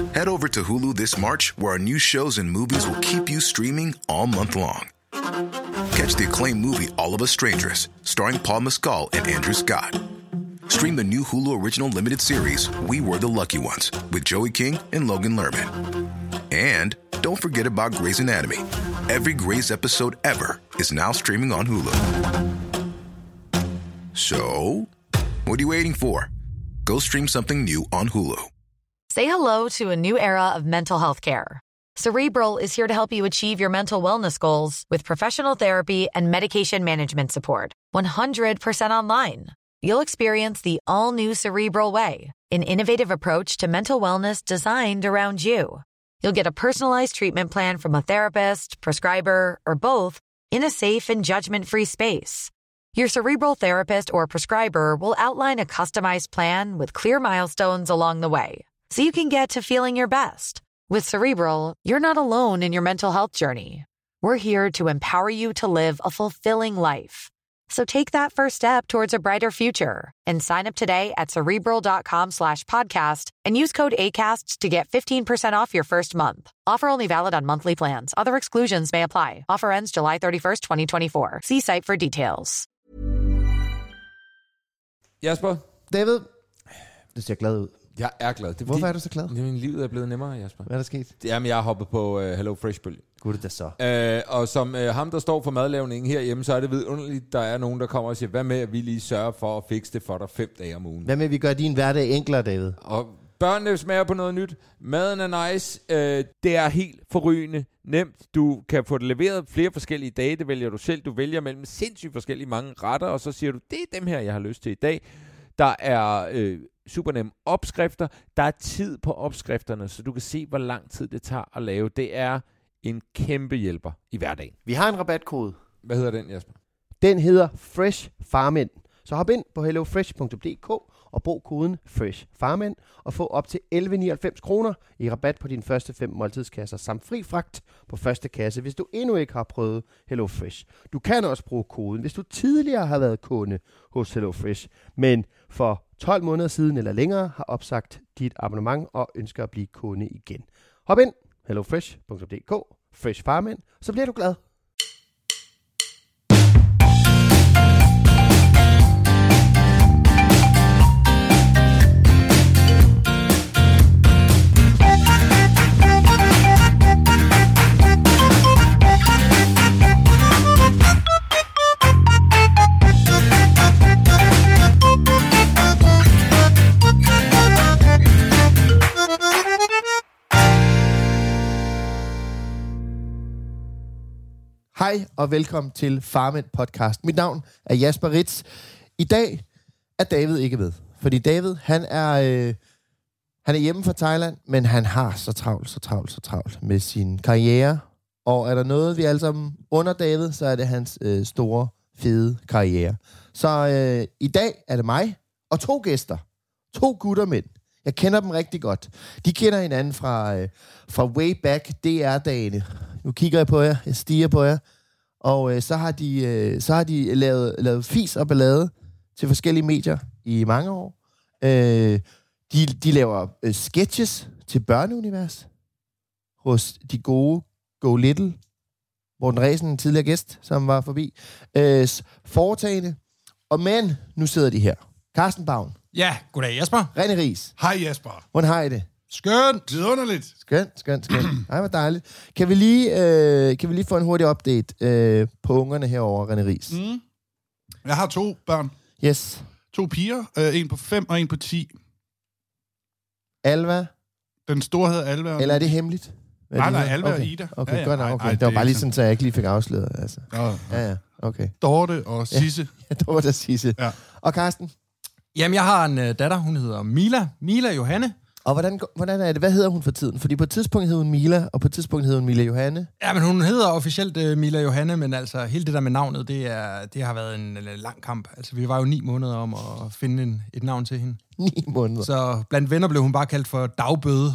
Head over to Hulu this March, where our new shows and movies will keep you streaming all month long. Catch the acclaimed movie All of Us Strangers, starring Paul Mescal and Andrew Scott. Stream the new Hulu original limited series We Were the Lucky Ones with Joey King and Logan Lerman. And don't forget about Grey's Anatomy. Every Grey's episode ever is now streaming on Hulu. So, what are you waiting for? Go stream something new on Hulu. Say hello to a new era of mental health care. Cerebral is here to help you achieve your mental wellness goals with professional therapy and medication management support. 100% online. You'll experience the all-new Cerebral Way, an innovative approach to mental wellness designed around you. You'll get a personalized treatment plan from a therapist, prescriber, or both in a safe and judgment-free space. Your Cerebral therapist or prescriber will outline a customized plan with clear milestones along the way, so you can get to feeling your best. With Cerebral, you're not alone in your mental health journey. We're here to empower you to live a fulfilling life. So take that first step towards a brighter future and sign up today at Cerebral.com/podcast and use code ACAST to get 15% off your first month. Offer only valid on monthly plans. Other exclusions may apply. Offer ends July 31st, 2024. See site for details. Jasper? David? Du ser glad ud. Jeg er glad. Hvorfor er du så glad? Min livet er blevet nemmere, Jasper. Hvad er der sket? Jamen, jeg har hoppet på Hello Fresh-bølge. Gud, det så. Og som ham, der står for madlavningen herhjemme, så er det vidunderligt, der er nogen, der kommer og siger, hvad med, at vi lige sørger for at fikse det for dig 5 dage om ugen? Hvad med, at vi gør din hverdag enklere, David? Og børnene smager på noget nyt. Maden er nice. Det er helt forrygende nemt. Du kan få det leveret flere forskellige dage. Det vælger du selv. Du vælger mellem sindssygt forskellige mange retter, og så siger du, det er dem her, jeg har lyst til i dag. Der er super nemme opskrifter. Der er tid på opskrifterne, så du kan se, hvor lang tid det tager at lave. Det er en kæmpe hjælper i hverdagen. Vi har en rabatkode. Hvad hedder den, Jasper? Den hedder Fresh Farmand. Så hop ind på hellofresh.dk og brug koden Fresh Farmand og få op til 11,99 kroner i rabat på dine første 5 måltidskasser samt fri fragt på første kasse, hvis du endnu ikke har prøvet HelloFresh. Du kan også bruge koden, hvis du tidligere har været kunde hos HelloFresh, men for 12 måneder siden eller længere har opsagt dit abonnement og ønsker at blive kunde igen. Hop ind hellofresh.dk, Fresh Farmand, så bliver du glad. Hej og velkommen til Farmand Podcast. Mit navn er Jasper Ritz. I dag er David ikke med, fordi David han er hjemme fra Thailand, men han har så travlt med sin karriere. Og er der noget, vi alle sammen under David, så er det hans store, fede karriere. Så i dag er det mig og 2 gæster. 2 guttermænd. Jeg kender dem rigtig godt. De kender hinanden fra way back DR-dagene. Nu kigger jeg på jer, jeg stiger på jer. Og så har de lavet fis og ballade til forskellige medier i mange år. De laver sketches til Børneunivers hos de gode Go Little, Morten Ræsen, en tidligere gæst, som var forbi. Foretagende. Men nu sidder de her. Carsten Baun. Ja, goddag Jasper. René Riis. Hej Jasper. Hvordan har I det? Skønt. Det er underligt. Skønt. Ej, hvor dejligt. Kan vi lige få en hurtig update på ungerne herovre, René Riis? Jeg har 2 børn. Yes. 2 piger. En på 5 og en på 10. Alva? Den store hedder Alva. Eller er det hemmeligt? Nej, Alva og Ida. Okay, godt nok. Okay. Det var bare lige sådan, så jeg ikke lige fik afsløret. Altså. Ja, okay. Dorte og Sisse. Ja, Dorte og Sisse. Ja. Og Carsten? Jamen, jeg har en datter, hun hedder Mila Johanne. Og hvordan er det? Hvad hedder hun for tiden? Fordi på et tidspunkt hed hun Mila, og på et tidspunkt hed hun Mila Johanne. Ja, men hun hedder officielt Mila Johanne, men altså hele det der med navnet, det har været en lang kamp. Altså, vi var jo 9 måneder om at finde et navn til hende. 9 måneder? Så blandt venner blev hun bare kaldt for Dagbøde,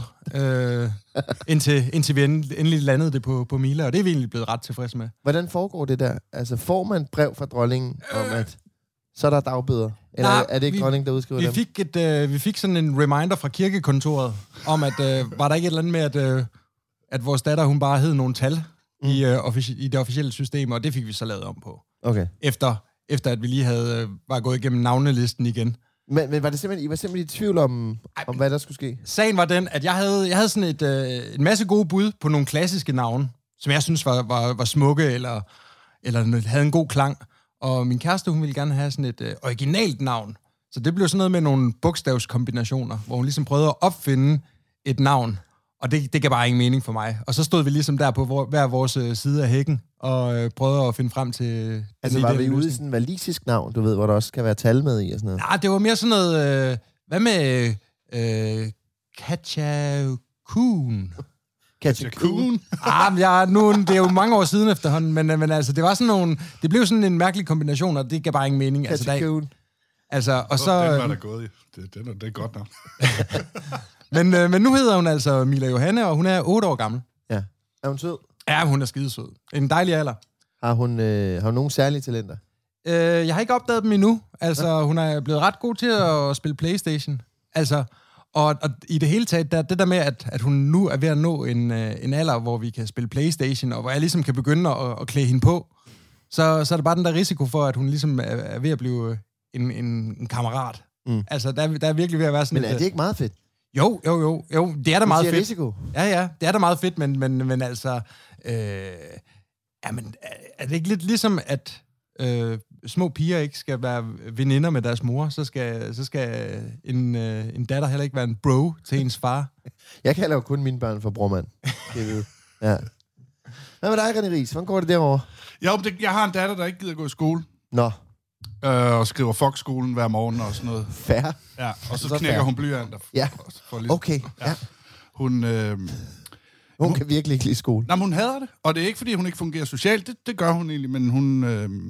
indtil vi endelig landede det på Mila, og det er vi egentlig blevet ret tilfredse med. Hvordan foregår det der? Altså, får man brev fra dronningen om, at så er der dagbøder. Eller Nej, er det ikke dronningen, der udskriver dem? Vi fik sådan en reminder fra kirkekontoret, om at, var der ikke et eller andet med, at vores datter, hun bare hed nogle tal i det officielle system, og det fik vi så lavet om på. Okay. Efter at vi lige var gået igennem navnelisten igen. Men var det simpelthen, I var simpelthen i tvivl om hvad der skulle ske? Sagen var den, at jeg havde sådan en masse gode bud på nogle klassiske navne, som jeg synes var smukke, eller havde en god klang. Og min kæreste, hun ville gerne have sådan et originalt navn. Så det blev sådan noget med nogle bogstavskombinationer, hvor hun ligesom prøvede at opfinde et navn. Og det gav bare ingen mening for mig. Og så stod vi ligesom der på hver vores side af hækken, og prøvede at finde frem til... Altså var vi ude i sådan en walisisk navn, du ved, hvor der også kan være tal med i og sådan noget? Nej, det var mere sådan noget... hvad med... Katja Kuhn? Katja Kuhn? Det er jo mange år siden efterhånden, men altså, det var sådan nogle... Det blev sådan en mærkelig kombination, og det gav bare ingen mening. Katja Kuhn. Altså, og så... Den var der gået i. Det er godt nok. men nu hedder hun altså Mila Johanne, og hun er 8 år gammel. Ja. Er hun sød? Ja, hun er skidesød. En dejlig alder. Har hun nogle særlige talenter? Jeg har ikke opdaget dem endnu. Altså, hun er blevet ret god til at spille PlayStation. Altså, og i det hele taget, det der med, at hun nu er ved at nå en alder, hvor vi kan spille PlayStation, og hvor jeg ligesom kan begynde at klæde hende på, så er der bare den der risiko for, at hun ligesom er ved at blive en kammerat. Mm. Altså, der er virkelig ved at være sådan... Men er det ikke meget fedt? Jo, det er da meget fedt. Risiko. Ja, det er da meget fedt, men altså... men er det ikke lidt ligesom, at små piger ikke skal være veninder med deres mor, så skal en datter heller ikke være en bro til ens far? Jeg kalder jo kun mine børn for brormand. Det ved. Ja. Hvad med dig, René Riis? Hvordan går det derovre? Jeg har en datter, der ikke gider gå i skole. Nå. Og skriver Fox-skolen hver morgen og sådan noget. Fair. Ja, og så knækker hun blyanter. Ja, okay. Ja. Hun kan virkelig ikke lide skole. Nej, men hun hader det. Og det er ikke, fordi hun ikke fungerer socialt. Det gør hun egentlig, men hun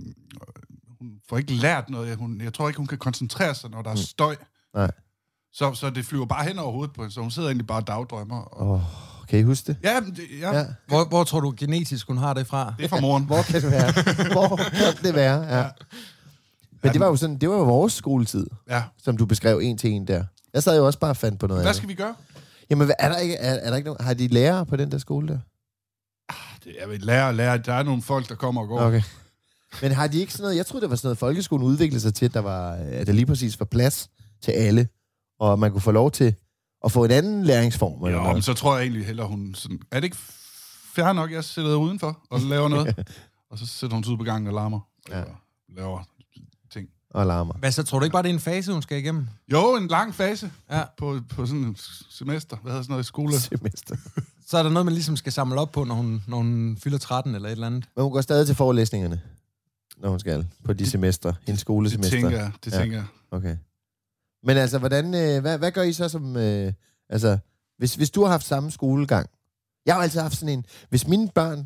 får ikke lært noget. Jeg tror ikke, hun kan koncentrere sig, når der er støj. Nej. Så det flyver bare hen over hovedet på hende, så hun sidder egentlig bare og dagdrømmer. Kan I huske det? Ja. Hvor tror du genetisk, hun har det fra? Det er fra moren. Hvor kan det være? Hvor kan det være? Ja. Men det var jo sådan, det var jo vores skoletid, som du beskrev en til en der. Jeg sad jo også bare og fandt på noget. Hvad skal vi gøre? Jamen, er der ikke nogen... Har de lærere på den der skole der? Jeg ved, lærer. Der er nogle folk, der kommer og går. Okay. Men har de ikke sådan noget... Jeg troede, det var sådan noget, folkeskolen udviklede sig til, at der lige præcis var plads til alle, og man kunne få lov til at få en anden læringsform. Eller noget. Men så tror jeg egentlig heller, hun... Sådan, er det ikke fair nok, jeg sidder udenfor og laver noget? Og så sætter hun sig ud på gangen og larmer. Ja. Og laver ting. Og larmer. Hvad så? Tror du ikke bare, det er en fase, hun skal igennem? Jo, en lang fase på sådan et semester. Hvad hedder sådan noget i skole? Semester. Så er der noget, man ligesom skal samle op på, når hun fylder 13 eller et eller andet. Men hun går stadig til forelæsningerne, når hun skal på de semester. Hendes skolesemester. Det tænker jeg. Okay. Men altså, hvad gør I så som... altså, hvis du har haft samme skolegang... Jeg har altid haft sådan en... Hvis mine børn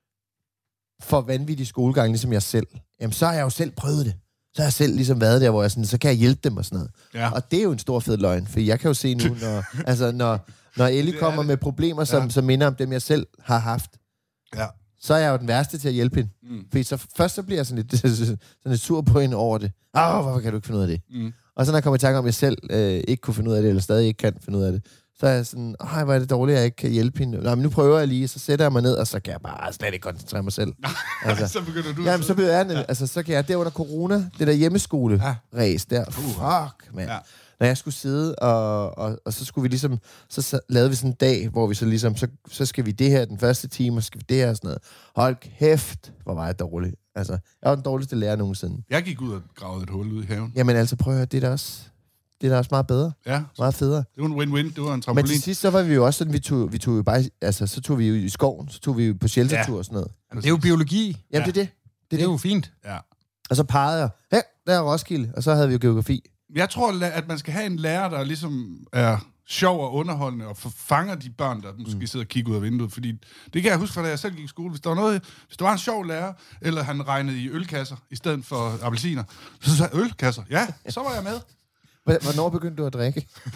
får vanvittig skolegang, ligesom jeg selv, jamen, så har jeg jo selv prøvet det. Så har jeg selv ligesom været der, hvor jeg sådan, så kan jeg hjælpe dem og sådan noget. Ja. Og det er jo en stor fed løgn, for jeg kan jo se nu, når Ellie kommer med problemer, som minder om dem, jeg selv har haft, så er jeg jo den værste til at hjælpe hende. Fordi først så bliver jeg sådan lidt sur på hende over det. Hvorfor kan du ikke finde ud af det? Og så når jeg kommer i tanke om, at jeg selv ikke kunne finde ud af det, eller stadig ikke kan finde ud af det, så er jeg sådan, hvor er det dårligt, at jeg ikke kan hjælpe hende. Nå, men nu prøver jeg lige, så sætter jeg mig ned, og så kan jeg bare slet ikke koncentrere mig selv. Altså, så begynder du... Jamen, så bliver jeg, altså, så kan jeg, der under corona, det der hjemmeskole-ræs der, fuck, mand. Ja. Når jeg skulle sidde, og så skulle vi ligesom, så lavede vi sådan en dag, hvor vi så ligesom, så skal vi det her den første time, og skal vi det her og sådan noget. Hold kæft, hvor var jeg dårlig. Altså, jeg var den dårligste lærer nogensinde. Jeg gik ud og gravede et hul ud i haven. Jamen altså, prøv at høre, det er da også meget bedre. Ja. Meget federe. Det var en win-win, det var en trampolin. Men til sidst, så var vi jo også sådan, vi tog jo bare, altså, så tog vi jo i skoven, så tog vi jo på sheltertur og sådan noget. Jamen, det er jo biologi. Jamen, det er det. Det er jo fint. Ja. Og så pegede jeg, der er Roskilde, og så havde vi jo geografi. Jeg tror, at man skal have en lærer, der ligesom er sjov og underholdende, og fanger de børn, der måske sidder og kigger ud af vinduet. Fordi det kan jeg huske, fra da jeg selv gik i skole. Hvis der var en sjov lærer, eller han regnede i ølkasser i stedet for appelsiner, så sagde jeg, ølkasser? Ja, så var jeg med. Hvornår begyndte du at drikke?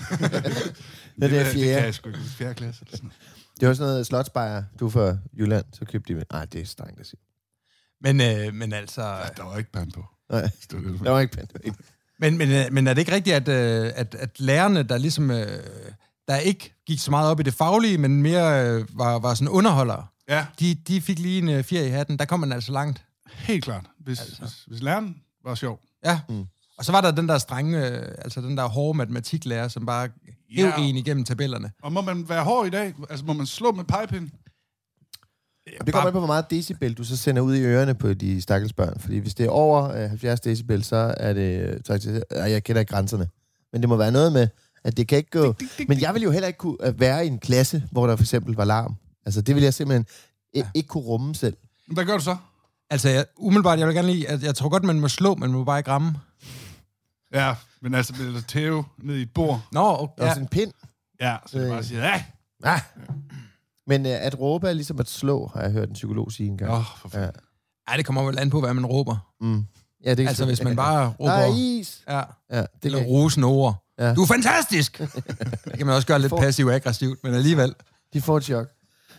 det kan jeg sgu ikke. 4. klasse. Eller sådan. Det var sådan noget slotsbajer, du fra Jylland, så købte de med. Nej, det er strengt at sige. Men altså... Ja, der var ikke pand på. Nej, det var ikke pænt. Men er det ikke rigtigt, at lærerne, der ligesom... der ikke gik så meget op i det faglige, men mere var sådan underholdere, Ja. de fik lige en fjer i hatten. Der kom man altså langt. Helt klart. Hvis læreren var sjov. Ja. Og så var der den der strenge, altså den der hårde matematiklærer, som bare hæv en igennem tabellerne. Og må man være hård i dag? Altså, må man slå med pegepinden? Det kommer an på, hvor meget decibel du så sender ud i ørerne på de stakkels børn. Fordi hvis det er over 70 decibel, så er det... jeg kender ikke grænserne. Men det må være noget med, at det kan ikke gå... Men jeg vil jo heller ikke kunne være i en klasse, hvor der for eksempel var larm. Altså, det vil jeg simpelthen ikke kunne rumme selv. Hvad gør du så? Altså, umiddelbart, jeg vil gerne lide, at jeg tror godt, man må slå, men man må bare ikke ramme. Ja, men altså, eller tæve ned i et bord. Nå, okay. Og sådan en pind. Ja, så det bare siger, ja. Ah. Men at råbe er ligesom at slå, har jeg hørt en psykolog sige engang. For fanden. Ej, det kommer vel an på, hvad man råber. Ja, det er Altså, hvis man bare råber... Der er is! Ja, det eller rosende ord. Ja. Du er fantastisk! Det kan man også gøre lidt passiv-aggressivt, men alligevel. De får et chok.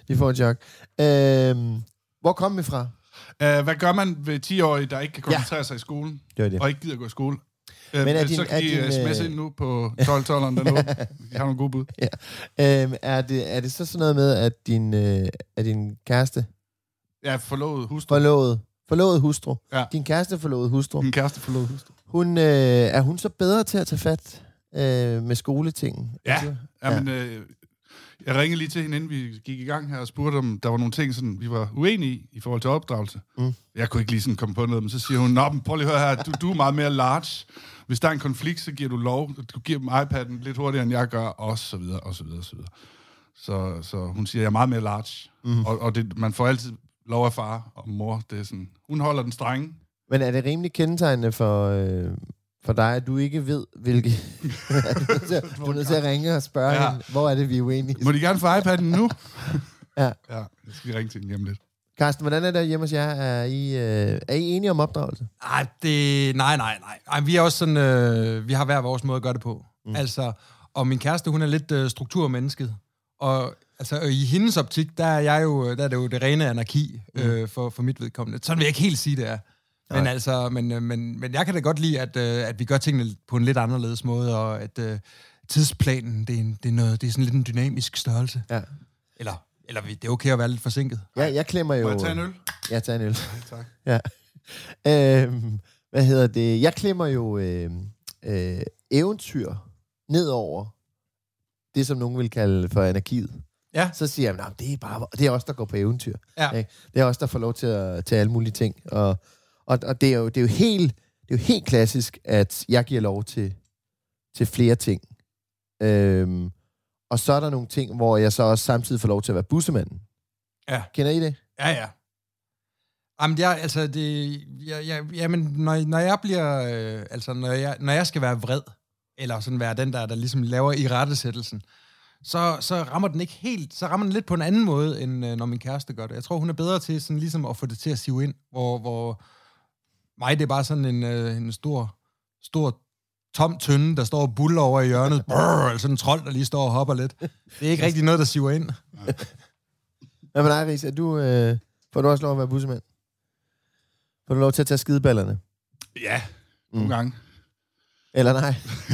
Hvor kom vi fra? Hvad gør man ved 10-årige, der ikke kan koncentrere sig i skolen? Det. Og ikke gider gå i skole? Men så kan I sms'e ind nu på 12-12'eren dernede. Vi har nogle gode bud. Ja. Er det så sådan noget med, at din kæreste... Ja, forlovet hustru. Ja. Din kæreste forlovet hustru. Din kæreste forlovet hustru. Er hun så bedre til at tage fat med skoletingen? Ja, men jeg ringede lige til hende, inden vi gik i gang her, og spurgte, om der var nogle ting, sådan, vi var uenige i forhold til opdragelse. Jeg kunne ikke lige sådan komme på noget, men så siger hun, nå, men prøv lige at høre her, du er meget mere large. Hvis der er en konflikt, så giver du lov. Du giver dem iPad'en lidt hurtigere, end jeg gør, og så videre, og så videre, og så videre. Så hun siger, jeg er meget mere large. Og det, man får altid lov af far og mor. Det er sådan, hun holder den strenge. Men er det rimelig kendetegnende for dig, at du ikke ved, hvilke... du er nødt til at ringe og spørge hende, hvor er det, vi er uenige? Må de gerne få iPad'en nu? Ja. Jeg skal ringe til hende hjem lidt. Carsten, hvordan er det hjemme hos jer? Er I enige om opdragelse? Nej. Vi er også sådan... vi har hver vores måde at gøre det på. Altså, og min kæreste, hun er lidt strukturmennesket. Og altså, i hendes optik, der er det jo det rene anarki for mit vedkommende. Sådan vil jeg ikke helt sige, det er. Men altså, men jeg kan da godt lide, at vi gør tingene på en lidt anderledes måde, og at tidsplanen, det er sådan lidt en dynamisk størrelse. Ja. Eller det er okay at være lidt forsinket. Ja, jeg klemmer jo... Må jeg tage en øl? Ja, tag en øl. Tak. Ja. Hvad hedder det? Jeg klemmer jo eventyr ned over det, som nogen vil kalde for anarkiet. Ja. Så siger jeg, det er os, der går på eventyr. Ja. Ikke? Det er os, der får lov til at tage alle mulige ting. Og det er jo helt klassisk, at jeg giver lov til flere ting. Og så er der nogle ting, hvor jeg så også samtidig får lov til at være bussemanden. Ja. Kender I det? Ja. Jamen, når jeg bliver... når jeg skal være vred, eller sådan være den, der ligesom laver irettesættelsen, så rammer den ikke helt... Så rammer den lidt på en anden måde, end når min kæreste gør det. Jeg tror, hun er bedre til sådan ligesom at få det til at sive ind, hvor mig, det er bare sådan en stor tom tønde, der står og buller over i hjørnet. Eller sådan en trold, der lige står og hopper lidt. Det er ikke rigtig noget, der siver ind. Hvad med dig, Riis? Får du også lov at være bussemand? Får du lov til at tage skideballerne? Ja, nogle gange. Eller nej?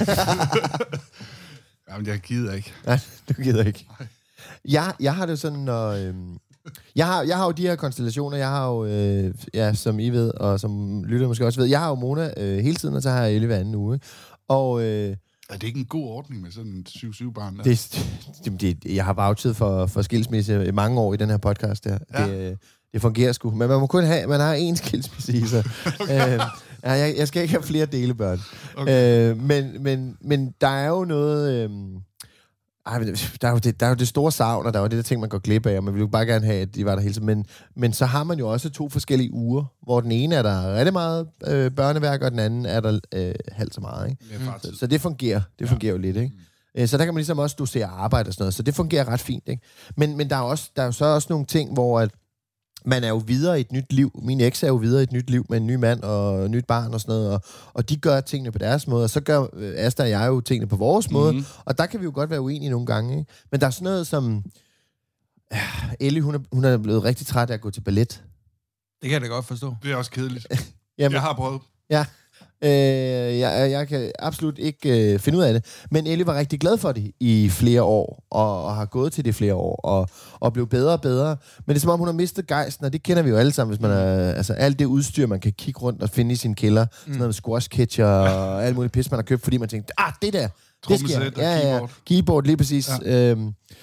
Jamen, jeg gider ikke. Nej, du gider ikke. Jeg har det jo sådan, når... Jeg har jo de her konstellationer. Jeg har jo, som I ved, og som lytter måske også ved, jeg har jo Mona hele tiden, og så har jeg Ellie hver anden uge. Og... er det ikke en god ordning med sådan en 7-7-barn? Jeg har vouchet for skilsmisse i mange år i den her podcast der. Ja. Det fungerer sgu. Men man må kun have... Man har én skilsmisse i sig. Jeg skal ikke have flere delebørn. Okay. Men der er jo noget... Der er jo det store savn, og der er jo det der ting, man går glip af, og man vil jo bare gerne have, at de var der hele tiden. Men så har man jo også 2 forskellige uger, hvor den ene er der rigtig meget børneværk, og den anden er der halvt så meget. Ikke? Så det fungerer. Det fungerer jo lidt, ikke? Så der kan man ligesom også dosere arbejde og sådan noget, så det fungerer ret fint, ikke? Men der er jo så også nogle ting, hvor at man er jo videre i et nyt liv. Min eks er jo videre i et nyt liv med en ny mand og et nyt barn og sådan noget, og de gør tingene på deres måde, og så gør Asta og jeg jo tingene på vores måde, og der kan vi jo godt være uenige nogle gange, ikke? Men der er sådan noget som... Ellie, hun er blevet rigtig træt af at gå til ballet. Det kan jeg da godt forstå. Det er også kedeligt. Jamen, jeg har prøvet. Ja. Jeg kan absolut ikke finde ud af det. Men Ellie var rigtig glad for det i flere år, og har gået til det flere år, og blev bedre og bedre. Men det er som om, hun har mistet gejsten, og det kender vi jo alle sammen, hvis man er, altså alt det udstyr, man kan kigge rundt og finde i sin kælder, sådan noget med squash catcher og alt muligt pis, man har købt, fordi man tænkte, det der, det sker. Keyboard. Keyboard, lige præcis. Ja.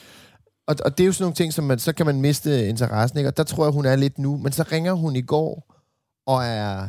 Og det er jo sådan nogle ting, som så kan man miste interessen, ikke? Og der tror jeg, hun er lidt nu. Men så ringer hun i går, og er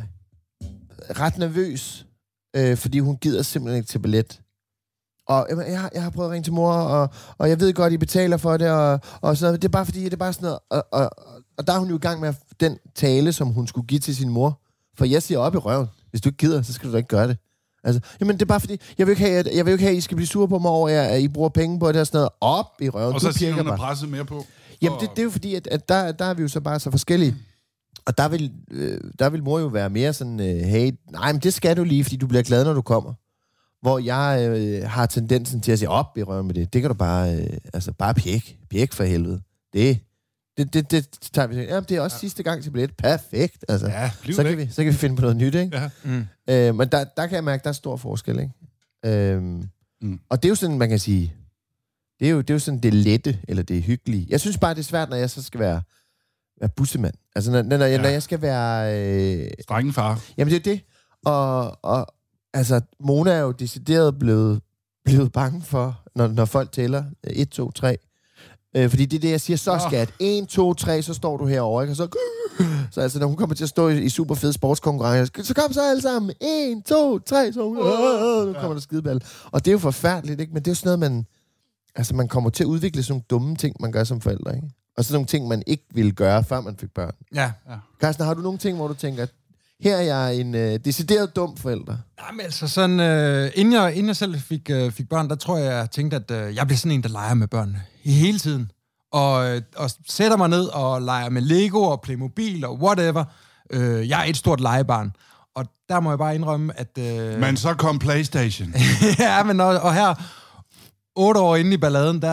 ret nervøs, fordi hun gider simpelthen ikke til ballet. Og jeg har prøvet at ringe til mor, og jeg ved godt, I betaler for det, og sådan noget. Det er bare fordi, det er bare sådan noget. Og der er hun jo i gang med den tale, som hun skulle give til sin mor. For jeg siger op i røven. Hvis du ikke gider, så skal du da ikke gøre det. Altså, jamen det er bare fordi, jeg vil jo ikke have, at I skal blive sure på mig over, at I bruger penge på det og sådan noget. Op i røven. Og så siger hun, presset mere på. Jamen det er jo fordi, at der er vi jo så bare så forskellige. Og der vil mor jo være mere sådan, hey, nej, men det skal du lige, fordi du bliver glad, når du kommer. Hvor jeg har tendensen til at sige, op i røven med det. Det kan du bare, bare pjek for helvede. Det tager vi. Jamen, det er også sidste gang til billet. Perfekt. Altså, ja, så kan vi finde på noget nyt, ikke? Ja. Men der kan jeg mærke, der er stor forskel, ikke? Og det er jo sådan, man kan sige, det er jo sådan det lette, eller det hyggelige. Jeg synes bare, det er svært, når jeg så skal være bussemand. Altså, når jeg skal være... Strengefar. Jamen, det er det. Og altså, Mona er jo decideret blevet bange for, når folk tæller 1, 2, 3. Fordi det er det, jeg siger, så skat. 1, 2, 3, så står du herovre, ikke? Og så altså, når hun kommer til at stå i super fede sportskonkurrencer, så kom så alle sammen. 1, 2, 3, så nu kommer der skideball. Og det er jo forfærdeligt, ikke? Men det er jo sådan noget, man kommer til at udvikle sådan nogle dumme ting, man gør som forældre, ikke? Og sådan nogle ting, man ikke ville gøre, før man fik børn. Ja. Carsten, har du nogle ting, hvor du tænker, her er jeg en decideret dum forælder? Jamen altså sådan, inden jeg selv fik børn, der tror jeg tænkte, at jeg bliver sådan en, der leger med børnene hele tiden. Og sætter mig ned og leger med Lego og Playmobil og whatever. Jeg er et stort legebarn. Og der må jeg bare indrømme, at... Men så kom PlayStation. Ja, men og her... 8 år inde i balladen, der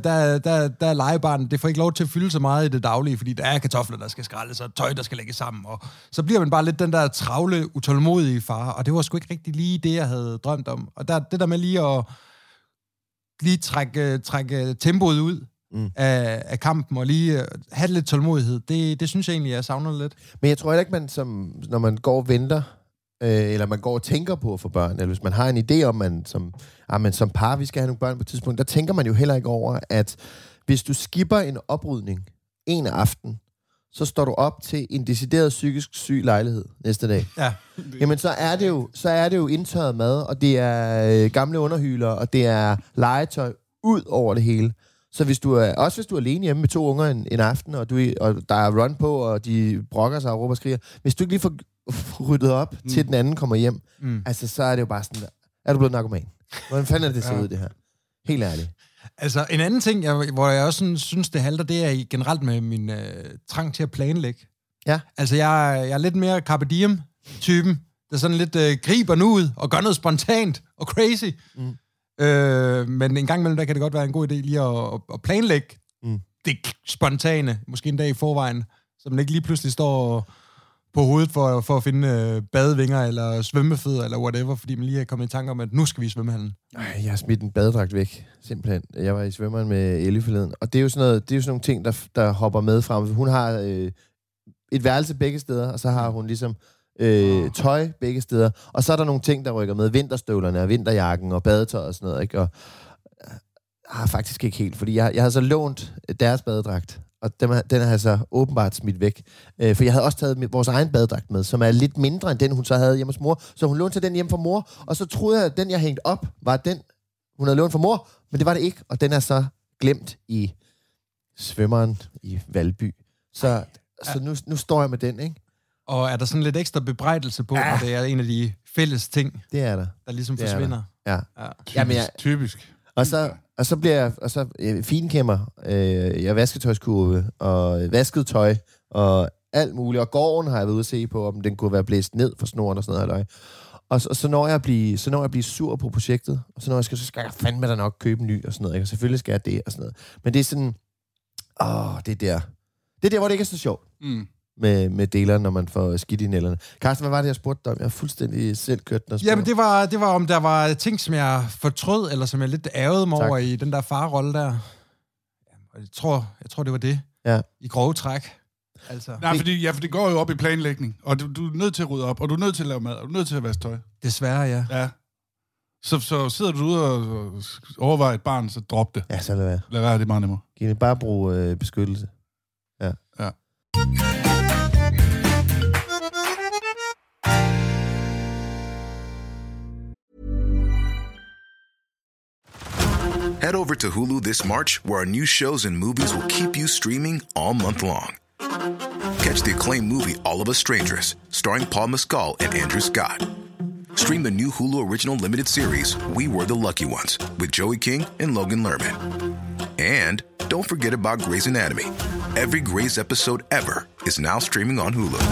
er legebarnet, det får ikke lov til at fylde så meget i det daglige, fordi der er kartofler, der skal skraldes, og tøj, der skal lægges sammen, og så bliver man bare lidt den der travle, utålmodige far, og det var sgu ikke rigtig lige det, jeg havde drømt om. Og det der med lige trække tempoet ud af kampen, og lige have lidt tålmodighed, det synes jeg egentlig, jeg savner lidt. Men jeg tror ikke, når man går og venter, eller man går og tænker på at få børn, eller hvis man har en idé om, man som par, vi skal have nogle børn på et tidspunkt, der tænker man jo heller ikke over, at hvis du skipper en oprydning en aften, så står du op til en decideret psykisk syg lejlighed næste dag. Ja. Jamen, så er det jo indtørret mad, og det er gamle underhyler, og det er legetøj ud over det hele. Så hvis du er alene hjemme med 2 unger en aften, og der er run på, og de brokker sig og råber og skriger, hvis du ikke lige får ryddet op, til den anden kommer hjem, altså så er det jo bare sådan, er du blevet narkoman? Hvordan fanden er det så ud, det her? Helt ærligt. Altså, en anden ting, hvor jeg også sådan, synes, det halter, det er generelt med min trang til at planlægge. Ja. Altså, jeg er lidt mere Carpe Diem-typen, der sådan lidt griber nu ud og gør noget spontant og crazy. Men en gang imellem, der kan det godt være en god idé lige at planlægge det spontane, måske en dag i forvejen, så man ikke lige pludselig står på hovedet for at finde badevinger eller svømmefødder eller whatever, fordi man lige er kommet i tanke om, at nu skal vi i svømmehallen. Jeg har smidt en badedragt væk, simpelthen. Jeg var i svømmeren med Ellie forleden, og det er jo sådan nogle ting, der hopper med frem. Hun har et værelse begge steder, og så har hun ligesom tøj begge steder, og så er der nogle ting, der rykker med. Vinterstøvlerne og vinterjakken og badetøj og sådan noget, ikke? Og faktisk ikke helt, fordi jeg havde så lånt deres badedragt, og den har jeg så åbenbart smidt væk. For jeg havde også taget vores egen badedragt med, som er lidt mindre end den, hun så havde hjemme hos mor. Så hun lånte den hjem fra mor, og så troede jeg, at den, jeg hængte op, var den, hun havde lånt fra mor, men det var det ikke, og den er så glemt i svømmeren i Valby. Så nu står jeg med den, ikke? Og er der sådan lidt ekstra bebrejdelse på, når det er en af de fælles ting, det er der ligesom forsvinder? Ja. Typisk. Og så bliver jeg finkæmmer, jeg vasketøjskurve og vasket tøj og alt muligt. Og gården har jeg været ude at se på, om den kunne være blæst ned for snoren og sådan noget. Og så når jeg bliver sur på projektet, og så skal jeg fandme da nok købe en ny og sådan noget. Og selvfølgelig skal jeg det og sådan noget. Men det er sådan, det er der, hvor det ikke er så sjovt. med deleren, når man får skidt i nælderne. Carsten, hvad var det, jeg spurgte dig om? Jeg har fuldstændig selv kørt den og spurgt. Jamen, det var, om der var ting, som jeg fortrød, eller som jeg lidt ærgede mig over i den der farrolle der. Jeg tror, det var det. Ja. I grove træk. Altså. Nej, for det går jo op i planlægning, og du er nødt til at rydde op, og du er nødt til at lave mad, og du er nødt til at vaske tøj. Desværre, ja. Ja. Så sidder du ude og overvejer et barn, så drop det. Ja, så lad være. Lad være, det er meget nemmere. Giv bare bruge beskyttelse. Ja. Ja. Head over to Hulu this March, where our new shows and movies will keep you streaming all month long. Catch the acclaimed movie All of Us Strangers, starring Paul Mescal and Andrew Scott. Stream the new Hulu original limited series We Were the Lucky Ones with Joey King and Logan Lerman. And don't forget about Grey's Anatomy. Every Grey's episode ever is now streaming on Hulu.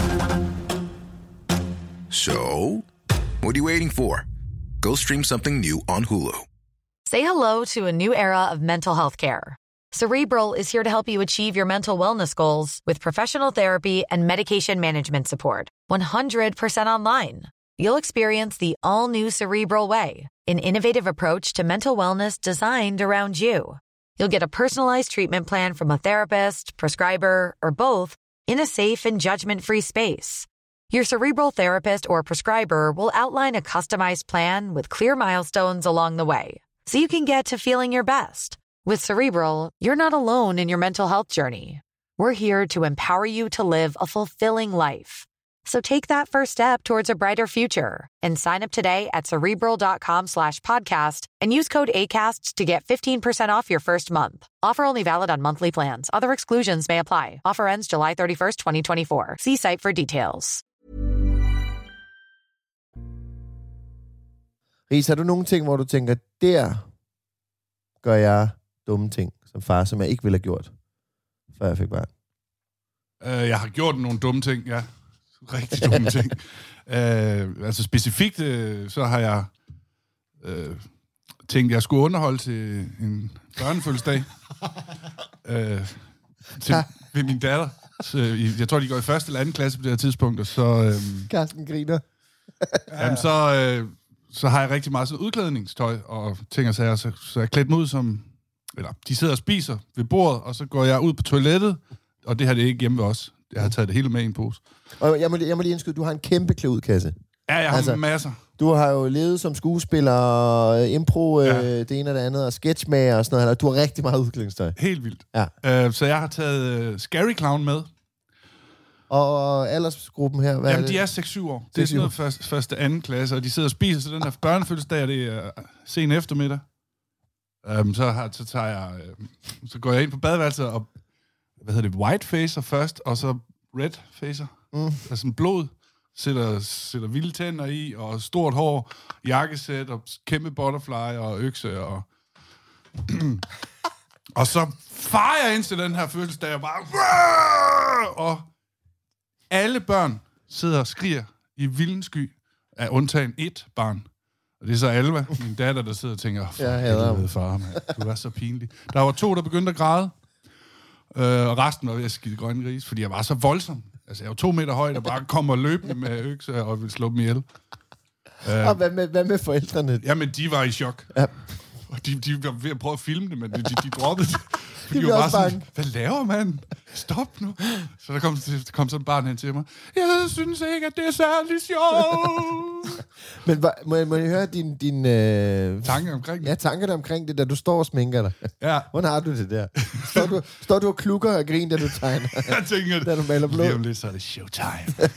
So, what are you waiting for? Go stream something new on Hulu. Say hello to a new era of mental health care. Cerebral is here to help you achieve your mental wellness goals with professional therapy and medication management support. 100% online. You'll experience the all-new Cerebral Way, an innovative approach to mental wellness designed around you. You'll get a personalized treatment plan from a therapist, prescriber, or both in a safe and judgment-free space. Your Cerebral therapist or prescriber will outline a customized plan with clear milestones along the way, so you can get to feeling your best. With Cerebral, you're not alone in your mental health journey. We're here to empower you to live a fulfilling life. So take that first step towards a brighter future and sign up today at Cerebral.com/podcast and use code ACAST to get 15% off your first month. Offer only valid on monthly plans. Other exclusions may apply. Offer ends July 31st, 2024. See site for details. Ries, har du nogle ting, hvor du tænker, der gør jeg dumme ting som far, som jeg ikke ville have gjort, før jeg fik barn? Jeg har gjort nogle dumme ting, ja. Rigtig dumme ting. Altså specifikt, så har jeg tænkt, at jeg skulle underholde til en børnefødselsdag ved min datter. Så, jeg tror, de går i 1. eller 2. klasse på det her tidspunkt, og så... Carsten griner. Jamen, så har jeg rigtig meget sådan udklædningstøj og ting og sager, så jeg er klædt mig ud som... Eller, de sidder og spiser ved bordet, og så går jeg ud på toilettet, og det her det er ikke hjemme ved os. Jeg har taget det hele med i en pose. Og jeg må lige indskyde, du har en kæmpe klædudkasse. Ja, jeg har masser. Du har jo levet som skuespiller, impro, det ene og det andet, og sketchmager og sådan noget. Du har rigtig meget udklædningstøj. Helt vildt. Ja. Så jeg har taget Scary Clown med. Og aldersgruppen her, hvad Jamen, de er 6-7 år. Det er sådan noget første 2. klasse, og de sidder og spiser, så den her børnefødselsdag, det er sen eftermiddag. Så går jeg ind på badeværelset og, whitefacer først, og så redfacer. Altså sådan blod. Sætter vilde tænder i, og stort hår, jakkesæt, og kæmpe butterfly, og økse, og... og så farer jeg ind til den her fødselsdag, og bare... Og alle børn sidder og skriger i vilden sky, af undtagen 1 barn. Og det er så Alva, min datter, der sidder og tænker, jeg hader ham. Far, man. Du er så pinlig. Der var 2, der begyndte at græde, og resten var ved at skide grønne gris, fordi jeg var så voldsom. Altså, jeg var 2 meter høj, der bare kommer løbende med økse og ville slå dem ihjel. Og hvad med forældrene? Jamen, de var i chok. Ja. Og de var ved at prøve at filme det, men de droppede det. De var bare sådan, hvad laver man? Stop nu. Så der kom sådan et barn hen til mig. Jeg synes ikke, at det er særlig sjovt. Men må jeg høre din tanker omkring det? Ja, tankerne omkring det, da du står og sminker dig. Ja. Hvordan har du det der? Står du og klukker og griner, da du tegner? Jeg tænker, da du maler blod? Lige om lidt, så er det showtime.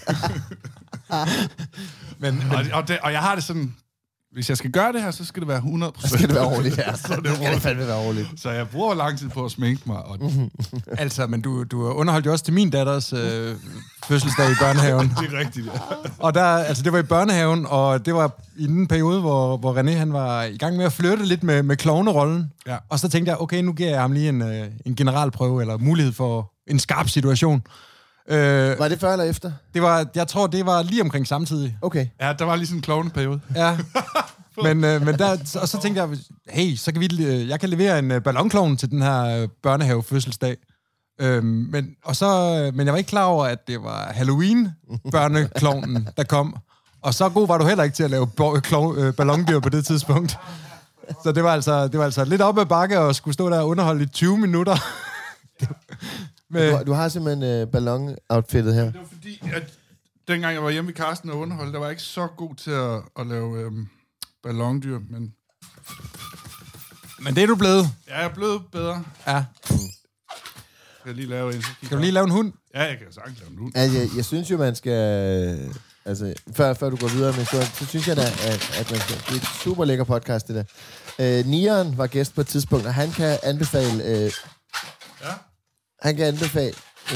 Og jeg har det sådan... Hvis jeg skal gøre det her, så skal det være 100%. Så skal det være ordentligt, ja. Så det skal det fandme være ordentligt. Så jeg bruger lang tid på at sminke mig. Og... Altså, men du underholdt jo også til min datters fødselsdag i børnehaven. Det er rigtigt, ja. Og der, altså, det var i børnehaven, og det var i den periode, hvor René han var i gang med at flirte lidt med klovnerollen. Ja. Og så tænkte jeg, okay, nu giver jeg ham lige en generalprøve, eller mulighed for en skarp situation. Var det før eller efter? Jeg tror, det var lige omkring samtidig. Okay. Ja, der var lige sådan en klovneperiode. Ja. men der, og så tænkte jeg, hey, så kan jeg kan levere en ballonklovn til den her børnehave-fødselsdag. Men jeg var ikke klar over, at det var Halloween-børneklovnen, der kom. Og så god var du heller ikke til at lave ballondyr på det tidspunkt. Så det var altså lidt op ad bakke og skulle stå der og underholde i 20 minutter. Du har simpelthen ballon-outfittet her. Det var fordi, at dengang jeg var hjemme i Karsten og underholdt, der var jeg ikke så god til at lave ballondyr, men... Men det er du blevet. Ja, jeg er blevet bedre. Ja. Kan jeg lige lave en? Kan du lige lave en hund? Ja, jeg kan sagtens lave en hund. Altså, jeg synes jo, man skal... Altså, før du går videre med så synes jeg da, at man skal... Det er et super lækker podcast, det der. Nieren var gæst på et tidspunkt, og han kan anbefale... Ja. Han kan anbefale...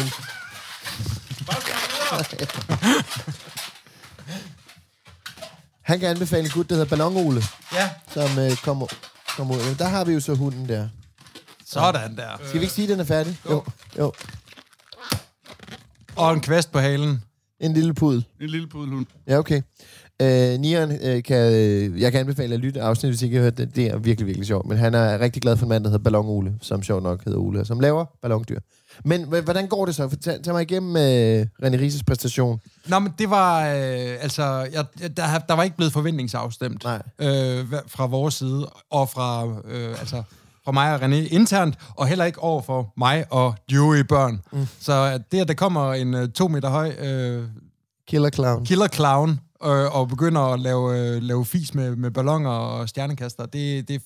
Han kan anbefale en gut, der hedder Ballon-Ole. Ja. Som kommer ud. Der har vi jo så hunden der. Sådan der. Skal vi ikke sige, at den er færdig? Jo. Og en kvast på halen. En lille pudel. En lille pudelhund. Ja, okay. Nieren jeg kan anbefale at lytte afsnit, hvis I ikke har hørt det. Det er virkelig, virkelig sjovt. Men han er rigtig glad for en mand, der hedder Ballon Ole, som sjovt nok hedder Ole, som laver ballondyr. Men hvordan går det så? Tag mig igennem René Rises præstation. Nå, men det var... der var ikke blevet forventningsafstemt fra vores side, og fra mig og René internt, og heller ikke over for mig og Joey børn. Så det, at der kommer en 2 meter høj... Killer clown. Og begynder at lave fis med balloner og stjernekaster, det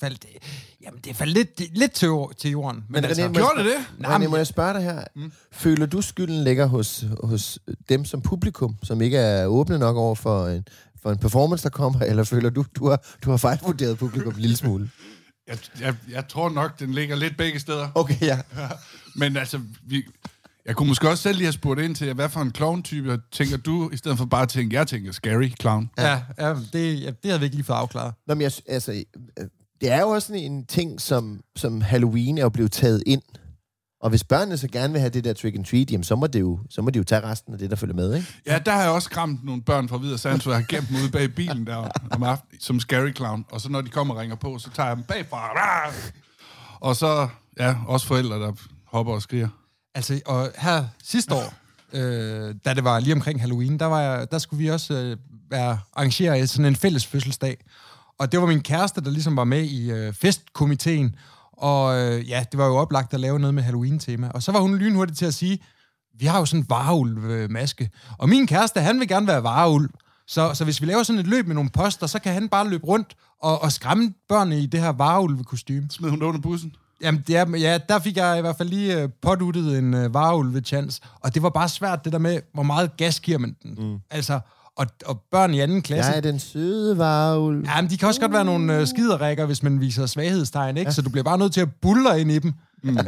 faldt lidt til jorden. Men altså, René, gjorde det? René, må jeg spørge dig her? Føler du skylden ligger hos dem som publikum, som ikke er åbne nok over for en performance, der kommer, eller føler du har fejlvurderet publikum en lille smule? Jeg tror nok, den ligger lidt begge steder. Okay, ja. Men altså, jeg kunne måske også selv lige have spurgt ind til, hvad for en clown-type tænker du, i stedet for bare at tænke, jeg tænker scary clown. Ja, det havde vi ikke lige fået afklaret. Nå, men det er jo også sådan en ting, som Halloween er jo blevet taget ind. Og hvis børnene så gerne vil have det der trick and treat, jamen, så må de jo tage resten af det, der følger med, ikke? Ja, der har jeg også skræmt nogle børn fra Hvid og Sands, og jeg har gemt dem ude bag bilen der om aftenen, som scary clown. Og så når de kommer og ringer på, så tager jeg dem bagfra. Og så, ja, også forældre, der hopper og skriger. Altså, og her sidste år, da det var lige omkring Halloween, der skulle vi også arrangere sådan en fælles fødselsdag. Og det var min kæreste, der ligesom var med i festkomiteen. Og det var jo oplagt at lave noget med Halloween-tema. Og så var hun lynhurtig til at sige, vi har jo sådan en varulv-maske. Og min kæreste, han vil gerne være varulv. Så hvis vi laver sådan et løb med nogle poster, så kan han bare løbe rundt og skræmme børnene i det her varulv-kostyme. Smed hun under bussen? Jamen, der fik jeg i hvert fald lige påduttet en varulve-chance. Og det var bare svært, det der med, hvor meget gas giver man den. Altså, og børn i anden klasse... Jeg er den søde varulv. Jamen, de kan også godt være nogle skiderækker, hvis man viser svaghedstegn, ikke? Ja. Så du bliver bare nødt til at buldre ind i dem.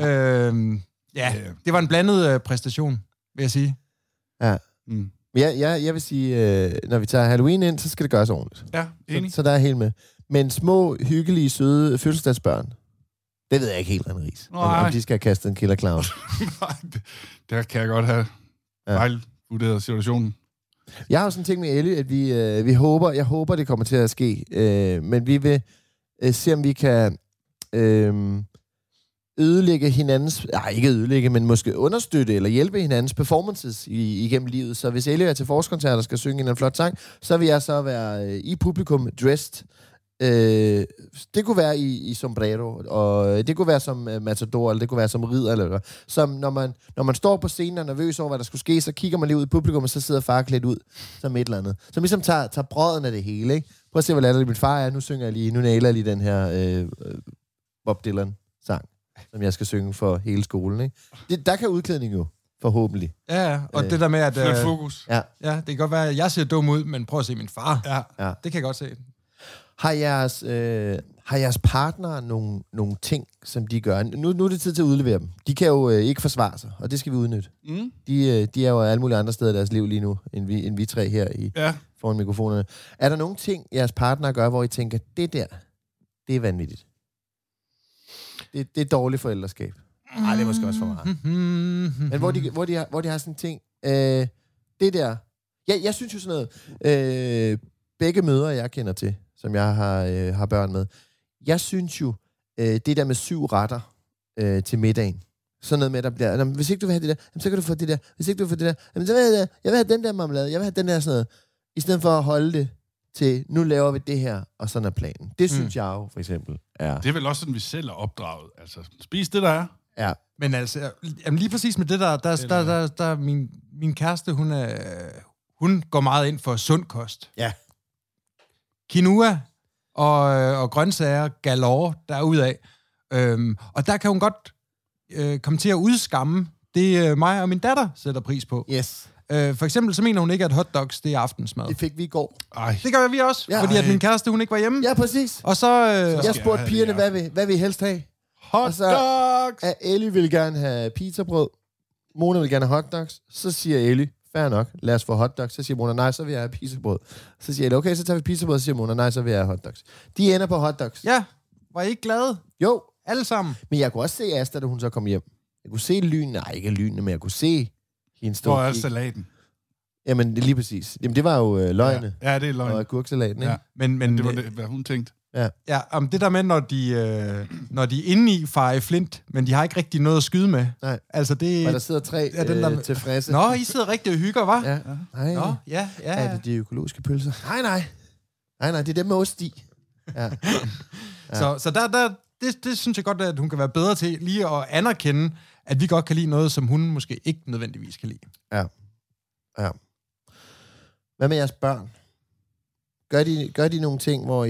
Det var en blandet præstation, vil jeg sige. Ja. Jeg vil sige, når vi tager Halloween ind, så skal det gøres ordentligt. Ja, enig. Så der er helt med. Men små, hyggelige, søde fødselsdagsbørn, det ved jeg ikke helt, René Ries. Om de skal have kastet en killer clown. Nej, der kan jeg godt have fejlvurderet situationen. Jeg har jo sådan en ting med Ellie, at jeg håber, det kommer til at ske. Men vi vil se, om vi kan ødelægge hinandens... ikke ødelægge, men måske understøtte eller hjælpe hinandens performances igennem livet. Så hvis Ellie er til forårskoncert og skal synge en flot sang, så vil jeg så være i publikum dressed. Det kunne være i sombrero, og det kunne være som matador, eller det kunne være som ridder, eller som når man står på scenen og er nervøs over, hvad der skulle ske, så kigger man lige ud i publikum, og så sidder far klædt ud som et eller andet. Som ligesom tager brøden af det hele, ikke? Prøv at se, hvor latterligt min far er. Nu nailer jeg lige den her Bob Dylan-sang, som jeg skal synge for hele skolen, ikke? Der kan udklædning jo, forhåbentlig. Ja, og det der med at... fokus. Ja, det kan godt være, at jeg ser dum ud, men prøv at se min far. Ja. Det kan jeg godt se. Har jeres partner nogle ting, som de gør? Nu er det tid til at udlevere dem. De kan jo ikke forsvare sig, og det skal vi udnytte. De er jo alle mulige andre steder i deres liv lige nu, end vi tre her foran mikrofonerne. Er der nogle ting, jeres partner gør, hvor I tænker, det der, det er vanvittigt? Det er dårligt forældreskab. Nej, det er måske også for meget. Men hvor de har sådan en ting, det der... Jeg synes jo sådan noget... begge mødre, jeg kender til, som jeg har børn med. Jeg synes jo, det der med 7 retter til middagen, sådan noget med, der bliver, hvis ikke du vil have det der, jamen, så kan du få det der. Hvis ikke du vil have det der, jamen, så vil jeg vil have den der marmelade, jeg vil have den der sådan noget. I stedet for at holde det til, nu laver vi det her, og sådan er planen. Det synes jeg jo, for eksempel, er... Det er vel også sådan, vi selv er opdraget. Altså, spis det, der er. Ja. Men altså, jamen lige præcis med det der min kæreste, hun går meget ind for sund kost. Ja. Quinoa og grøntsager galore derudad. Og der kan hun godt komme til at udskamme det, mig og min datter sætter pris på. Yes. For eksempel så mener hun ikke, at hotdogs det er aftensmad. Det fik vi i går. Ej. Det gør vi også, fordi at min kæreste, hun ikke var hjemme. Ja, præcis. Og så... jeg spurgte pigerne, hvad vil I helst have? Hotdogs! Ellie vil gerne have pizzabrød. Mona vil gerne have hotdogs. Så siger Ellie, fair nok, lad os få hotdogs. Så siger Mona, nej, så vil jeg have pizzabrød. Så siger Ellie, okay, så tager vi pizzabrød. Så siger Mona, nej, så vil jeg have hotdogs. De ender på hotdogs. Ja, var I ikke glade? Jo. Alle sammen. Men jeg kunne også se Asta, da hun så kom hjem. Jeg kunne se lynene. Nej, ikke lynene, men jeg kunne se hende stå. Hvor er salaten? Jamen, det lige præcis. Jamen, det var jo løgne. Ja, det er løgn. Og agurksalaten, ikke? Ja. Men det var det, hvad hun tænkte. Ja, om det der med, når de er inde i farer i flint, men de har ikke rigtig noget at skyde med. Nej. Altså det... Og der sidder 3 tilfredse. Nå, I sidder rigtig og hygger, hva'? Ja. Nej. Nå, ja. Er det de økologiske pølser? Nej, det er dem med ost i. Ja. Så det synes jeg godt, at hun kan være bedre til, lige at anerkende, at vi godt kan lide noget, som hun måske ikke nødvendigvis kan lide. Ja. Hvad med jeres børn? Gør de nogle ting, hvor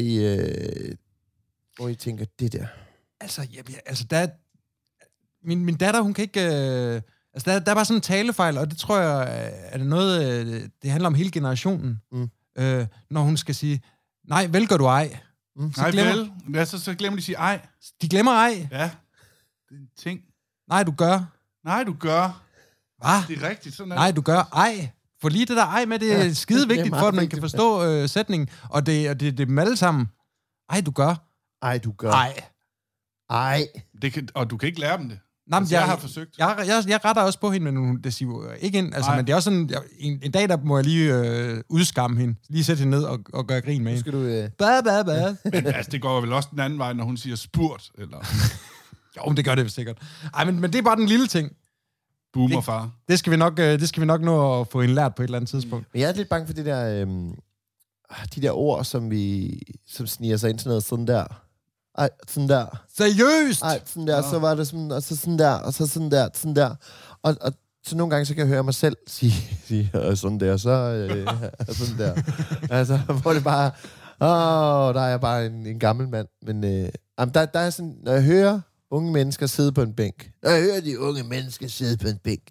I tænker, det der? Altså der min datter, hun kan ikke... der er bare sådan en talefejl, og det tror jeg, er det noget... det handler om hele generationen. Når hun skal sige, nej, vel gør du ej. Nej, vel. Ja, så glemmer de at sige ej. De glemmer ej. Ja, det er en ting. Nej, du gør. Nej, du gør. Hvad? Det er rigtigt, sådan er Nej, du gør ej. For lige det der ej med, det er skide vigtigt, for at man kan forstå sætningen. Og det er dem alle sammen. Ej, du gør. Ej, du gør. Ej. Og du kan ikke lære dem det. Nej, men jeg har forsøgt. Jeg retter også på hende, men det siger jo ikke ind. Altså, men det er også sådan, en dag, der må jeg lige udskamme hende. Lige sætte hende ned og gøre grin med hende. Skal du... Bad. Men altså, det går vel også den anden vej, når hun siger spurt, eller... Jo, men det gør det sikkert. Ej, men det er bare den lille ting. Boomerfar. Det skal vi nok nå at få hende lært på et eller andet tidspunkt. Men jeg er lidt bange for det der... de der ord, som sniger sig ind til noget sådan der. Ej, sådan der. Seriøst? Ej, sådan der, så var det sådan, og så sådan der, og så sådan der. Og så nogle gange, så kan jeg høre mig selv sige sådan der, så sådan der. Altså, hvor det bare, der er jeg bare en gammel mand. Men der er sådan, når jeg hører unge mennesker sidde på en bænk, når jeg hører de unge mennesker sidde på en bænk,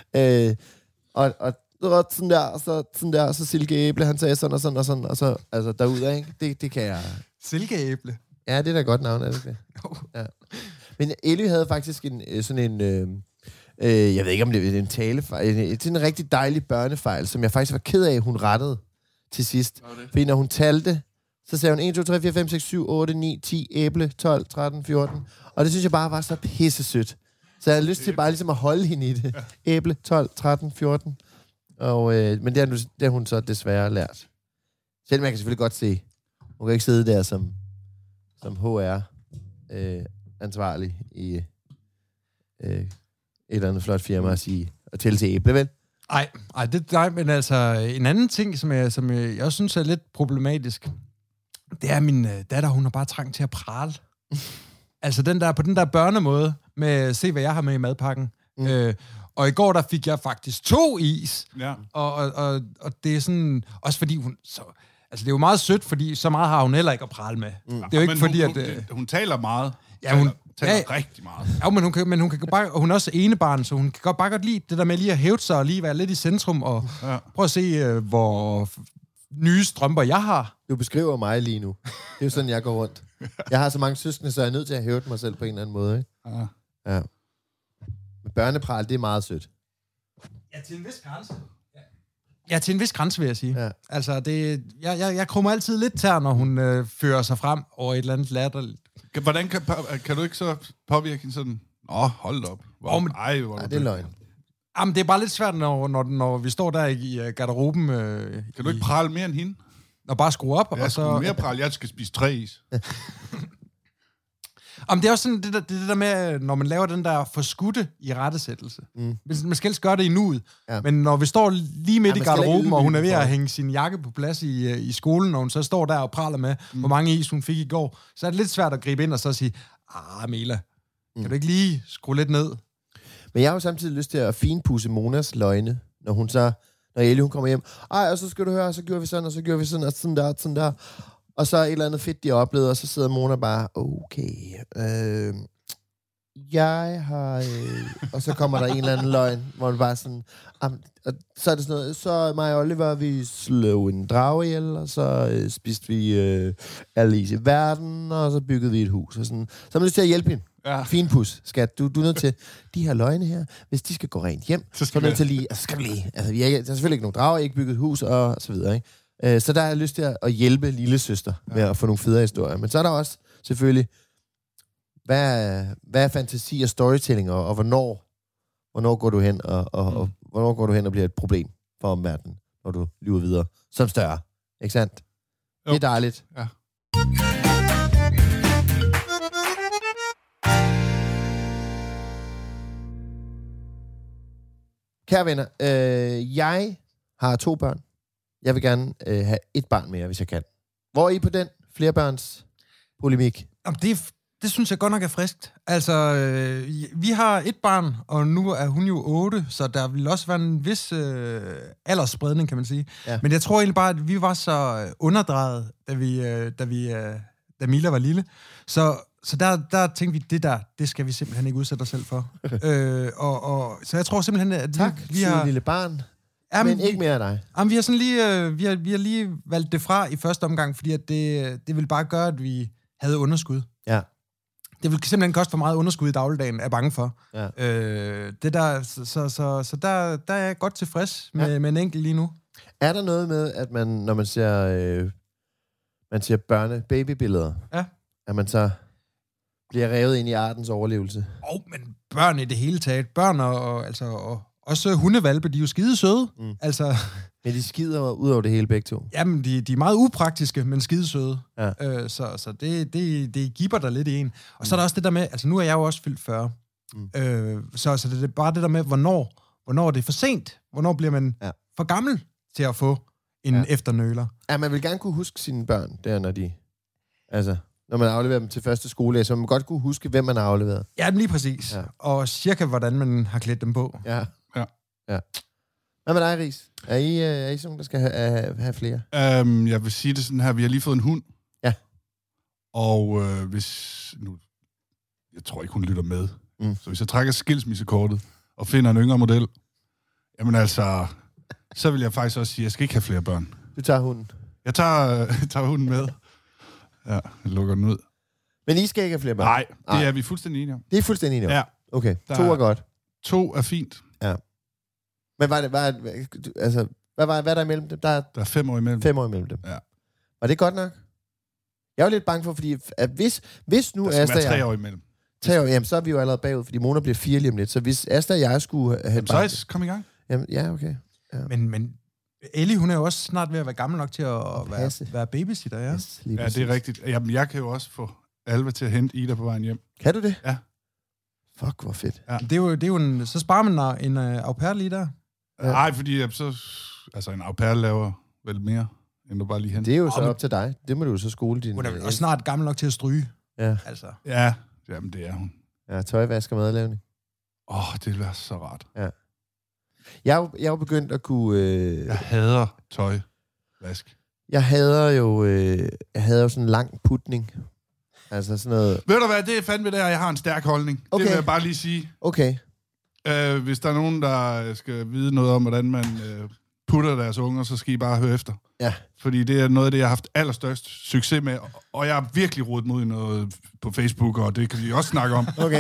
og sådan der, og så sådan der, og så Silkeæble, han sagde sådan og sådan og sådan, og så altså derudad, ikke? Det kan jeg... Silkeæble? Ja, det er da godt navn, er det ikke? Ja. Men Ellie havde faktisk sådan en... jeg ved ikke, om det er en talefejl. Det er en rigtig dejlig børnefejl, som jeg faktisk var ked af, hun rettede til sidst. Fordi når hun talte, så sagde hun 1, 2, 3, 4, 5, 6, 7, 8, 9, 10, æble, 12, 13, 14. Og det synes jeg bare var så pissesødt. Så jeg havde lyst til bare ligesom at holde hende i det. Æble, 12, 13, 14. Og, men det har hun så desværre lært. Selvom jeg kan selvfølgelig godt se, hun kan ikke sidde der som HR ansvarlig i et eller andet flot firma og tælle til æble, vel? Nej, men altså en anden ting, som jeg også synes er lidt problematisk, det er, min datter, hun har bare trang til at prale. Altså på den der børnemåde med, se hvad jeg har med i madpakken. Og i går, der fik jeg faktisk 2 is. Ja. Og det er sådan, også fordi hun... Altså, det er jo meget sødt, fordi så meget har hun heller ikke at prale med. Det er jo ikke fordi, hun taler meget. Ja, hun taler rigtig meget. Ja, men hun kan bare... Og hun er også enebarn, så hun kan bare godt lide det der med lige at hæve sig og lige være lidt i centrum og prøve at se, hvor nye strømper jeg har. Du beskriver mig lige nu. Det er jo sådan, jeg går rundt. Jeg har så mange søskende, så jeg er nødt til at hæve mig selv på en eller anden måde, ikke? Ja. Men børnepral, det er meget sødt. Ja, til en vis grænse. Ja, til en vis grænse, vil jeg sige. Ja. Altså, jeg krummer altid lidt tær, når hun fører sig frem over et eller andet latterligt. Hvordan kan du ikke så påvirke hende sådan, hold op. Det er løgn. Jamen, det er bare lidt svært, når vi står der i garderoben. Kan du ikke prale mere end hende? Og bare skrue op? Ja, og så mere prale. Jeg skal spise 3 is. Om det er også sådan det der med, når man laver den der forskudte i rettesættelse. Man skal helst gøre det i nuet. Ja. Men når vi står lige midt i garderoben, og hun er ved at hænge sin jakke på plads i skolen, og hun så står der og praler med, hvor mange is hun fik i går, så er det lidt svært at gribe ind og så sige, Mela, kan du ikke lige skrue lidt ned? Men jeg har jo samtidig lyst til at finpudse Monas løgne, når Ellie hun kommer hjem. Og så skal du høre, så gjorde vi sådan, og så gjorde vi sådan, og sådan der. Og så et eller andet fedt, de har oplevet, og så sidder Mona bare, okay, jeg har... og så kommer der en eller anden løgn, hvor man bare sådan... og så er det sådan noget, så mig og Oliver, vi slog en drage ihjel, og så spiste vi Alice i verden, og så byggede vi et hus. Og sådan. Så er man lyst til at hjælpe hende. Ja. Finpus, skat. Du er nødt til de her løgne her, hvis de skal gå rent hjem, så er du nødt til lige... Altså, skal vi lige... Altså, der er selvfølgelig ikke nogen drager, ikke bygget et hus, og så videre, ikke? Så der er jeg lyst til at hjælpe lille søster med at få nogle federe historier. Men så er der også selvfølgelig, hvad er fantasi og storytelling, og hvornår går du hen, og hvornår går du hen og bliver et problem for omverdenen, når du lever videre som større. Ikke sandt? Jo. Det er dejligt. Ja. Kære venner, jeg har 2 børn. Jeg vil gerne have 1 barn mere, hvis jeg kan. Hvor er I på den flerbørns polemik? Jamen, det synes jeg godt nok er friskt. Altså, vi har 1 barn, og nu er hun jo 8, så der vil også være en vis aldersspredning, kan man sige. Ja. Men jeg tror egentlig bare, at vi var så underdrejet, da Mila var lille. Så der tænkte vi, det skal vi simpelthen ikke udsætte os selv for. Så jeg tror simpelthen, at vi har... lille barn. Men ikke mere af dig. Jamen, vi har sådan lige, vi har lige valgt det fra i første omgang, fordi at det ville bare gøre, at vi havde underskud. Ja. Det ville simpelthen koste for meget underskud i dagligdagen, er jeg bange for. Ja. Så der er jeg godt tilfreds med en enkelt lige nu. Er der noget med, at man, når man ser babybilleder, at man så bliver revet ind i artens overlevelse? Men børn i det hele taget. Børn og også hundevalpe, de er jo skide søde. Altså, men de skider ud over det hele begge to. Jamen, de er meget upraktiske, men skide søde. Ja. Så det giver der lidt i en. Og så er der også det der med, altså nu er jeg jo også fyldt 40. Så det er bare det der med, hvornår det er for sent. Hvornår bliver man for gammel til at få en efternøler. Ja, man vil gerne kunne huske sine børn, der når man afleverer dem til første skole, så man godt kunne huske, hvem man har afleveret. Ja, lige præcis. Ja. Og cirka, hvordan man har klædt dem på. Ja. Hvad med dig, Ries? Er I sådan, der skal have flere? Jeg vil sige det sådan her. Vi har lige fået en hund. Ja. Og hvis... Nu, jeg tror ikke, hun lytter med. Så hvis jeg trækker skilsmissekortet og finder en yngre model, jamen altså... Så vil jeg faktisk også sige, at jeg skal ikke have flere børn. Du tager hunden? Jeg tager hunden med. Ja, jeg lukker den ud. Men I skal ikke have flere børn? Nej, det er vi fuldstændig enige om. Det er fuldstændig enige om? Ja. Okay, 2 er godt. 2 er fint. Ja. Men hvad er der imellem dem? Der er 5 år imellem. 5 år imellem dem. Ja. Var det godt nok? Jeg er jo lidt bange for, fordi at hvis nu Asta... Der skal være 3 år imellem. 3 år, jamen så er vi jo allerede bagud, fordi Mona bliver 4 lige om lidt. Så hvis Asta og jeg skulle have et barn... Så kom i gang. Jamen, ja, okay. Ja. Men Ellie, hun er jo også snart ved at være gammel nok til at være babysitter, ja. Yes, ja, det er rigtigt. Jamen, jeg kan jo også få Alva til at hente Ida på vejen hjem. Kan du det? Ja. Fuck, hvor fedt. Ja. Det er jo en... Så sparer man en au pair lige der. Nej, fordi en au pair laver vel mere, end du bare lige henter. Det er jo så op til dig. Det må du jo så skole din... Hun er også snart gammel nok til at stryge. Ja. Altså. Ja, jamen det er hun. Ja, tøjvask og madlavning. Det vil være så rart. Ja. Jeg er jo begyndt at kunne... Jeg hader tøjvask. Jeg hader jo sådan en lang putning. Altså sådan noget... Ved du hvad, det er fandme der, jeg har en stærk holdning. Okay. Det vil jeg bare lige sige. Okay. Hvis der er nogen, der skal vide noget om, hvordan man putter deres unger, så skal I bare høre efter. Ja. Fordi det er noget af det, jeg har haft allerstørst succes med, og jeg har virkelig rodet mod noget på Facebook, og det kan vi også snakke om. Okay.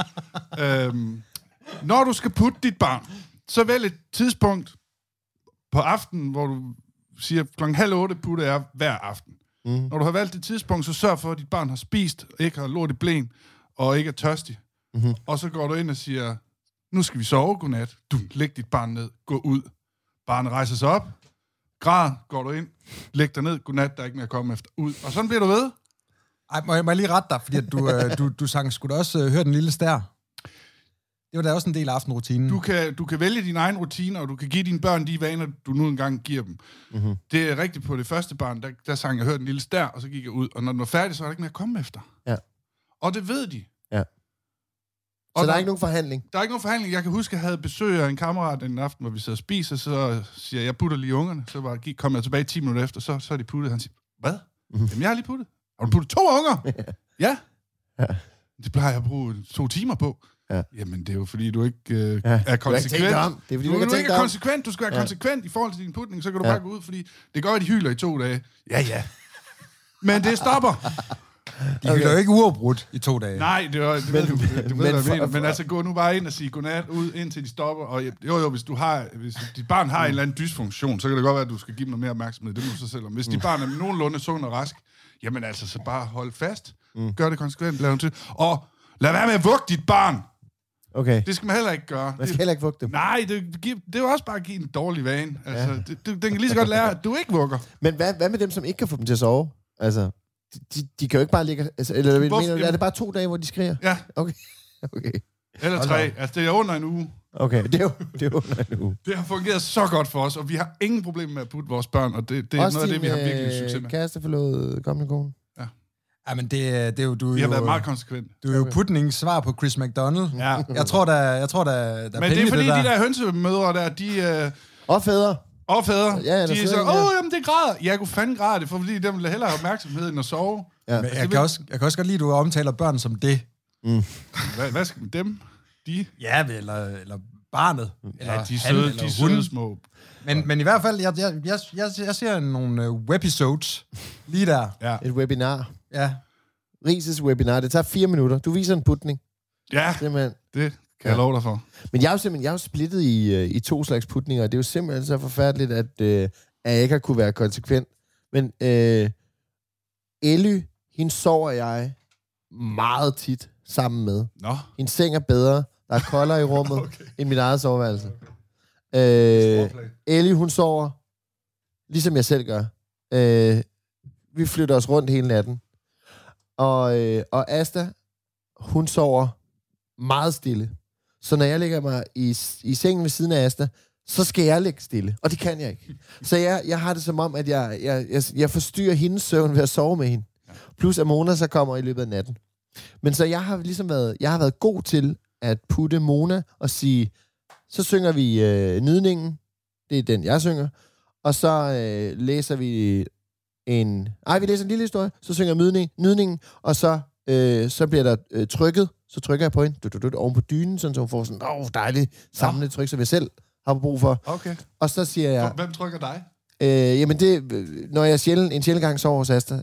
Når du skal putte dit barn, så vælg et tidspunkt på aftenen, hvor du siger, 7:30 putter jeg hver aften. Når du har valgt det tidspunkt, så sørg for, at dit barn har spist, ikke har lort i blæn, og ikke er tørstig. Og så går du ind og siger, nu skal vi sove, godnat. Du læg dit barn ned, gå ud. Barnet rejser sig op, græd, går du ind, læg dig ned, godnat, der er ikke mere at komme efter, ud. Og sådan bliver du ved. Ej, må jeg lige rette dig, fordi at du sang sgu da også høre den lille stær. Det var da også en del af aftenrutinen. Du kan vælge dine egne rutiner, og du kan give dine børn de vaner, du nu engang giver dem. Mm-hmm. Det er rigtigt på det første barn, der sang jeg hørte den lille stær, og så gik jeg ud. Og når den var færdig, så var der ikke mere at komme efter. Ja. Og det ved de. Ja. Så der er ikke nogen forhandling? Der er ikke nogen forhandling. Jeg kan huske, at jeg havde besøg af en kammerat en aften, hvor vi sidder og spiser, så siger jeg putter lige ungerne. Så kom jeg tilbage 10 minutter efter, så er de puttet. Han siger, hvad? Mm-hmm. Jamen, jeg har lige puttet. Har du puttet 2 unger? Ja. Det plejer jeg at bruge 2 timer på. Ja. Jamen, det er jo fordi, du ikke er konsekvent. Det er fordi, du ikke er konsekvent. Du skal være konsekvent i forhold til din putning, så kan du bare gå ud, fordi det gør, at de hyler i 2 dage. Ja. Men det stopper. De hylder jo ikke uafbrudt i 2 dage. Nej, det ved du mener. Men altså, gå nu bare ind og sige godnat ud, indtil de stopper. Og jo, hvis dit barn har en eller anden dysfunktion, så kan det godt være, at du skal give dem noget mere opmærksomhed. Det må du så selv om. Hvis dit barn er nogenlunde sund og rask, jamen altså, så bare hold fast. Gør det konsekvent, lav til. Og lad være med at vugge dit barn. Okay. Det skal man heller ikke gøre. Man skal heller ikke vugge dem. Nej, det er jo også bare at give en dårlig vane. Altså, den kan lige så godt lære, at du ikke vugger. Men hvad med dem, som ikke kan få dem til at sove? Altså, de kan jo ikke bare ligge... Altså, eller er det bare 2 dage, hvor de skriger? Ja. Okay. Eller 3. Altså, det er under en uge. Okay, det er under en uge. Det har fungeret så godt for os, og vi har ingen problemer med at putte vores børn, og det er noget af det, vi har virkelig succes med. Kæreste forlod kommende kone? Ja, men det er jo... Vi har været meget konsekvent. Du er jo putningens svar på Chris McDonald. Ja. Jeg tror, der er men det er fordi, de der hønsemødre der, de... Og fædre. Ja, de er så, jamen det græder. Jeg kunne fandme græde det, fordi dem vil hellere have opmærksomhed end at sove. Ja. Men jeg kan også godt lide, at du omtaler børn som det. Hvad skal dem? De? Ja, eller barnet. Eller ja, de søde små. Men i hvert fald, jeg ser nogle webisodes lige der. Ja. Et webinar. Ja. Rises webinar. Det tager 4 minutter. Du viser en putning. Ja, simpelthen. Det kan jeg love dig for. Men jeg er jo splittet i 2 slags putninger. Det er jo simpelthen så forfærdeligt, at jeg ikke har kunne være konsekvent. Men Elly, hende sover jeg meget tit sammen med. Nå. Hendes seng er bedre. Der er koldere i rummet end mit eget soveværelse. Elly, hun sover, ligesom jeg selv gør. Vi flytter os rundt hele natten. Og Asta, hun sover meget stille. Så når jeg lægger mig i sengen ved siden af Asta, så skal jeg ligge stille. Og det kan jeg ikke. Så jeg har det som om, at jeg forstyrrer hendes søvn ved at sove med hende. Plus at Mona så kommer i løbet af natten. Men så jeg har været god til at putte Mona og sige, så synger vi Nydningen. Det er den, jeg synger. Og så læser vi vi læser en lille historie. Så synger Nydningen. Og så bliver der trykket. Så trykker jeg på hende oven på dynen, sådan så hun får sådan dejligt samlet tryk, som jeg selv har brug for. Okay. Og så siger jeg... Hvem trykker dig? Jamen når jeg en sjældent gang sover hos Asta,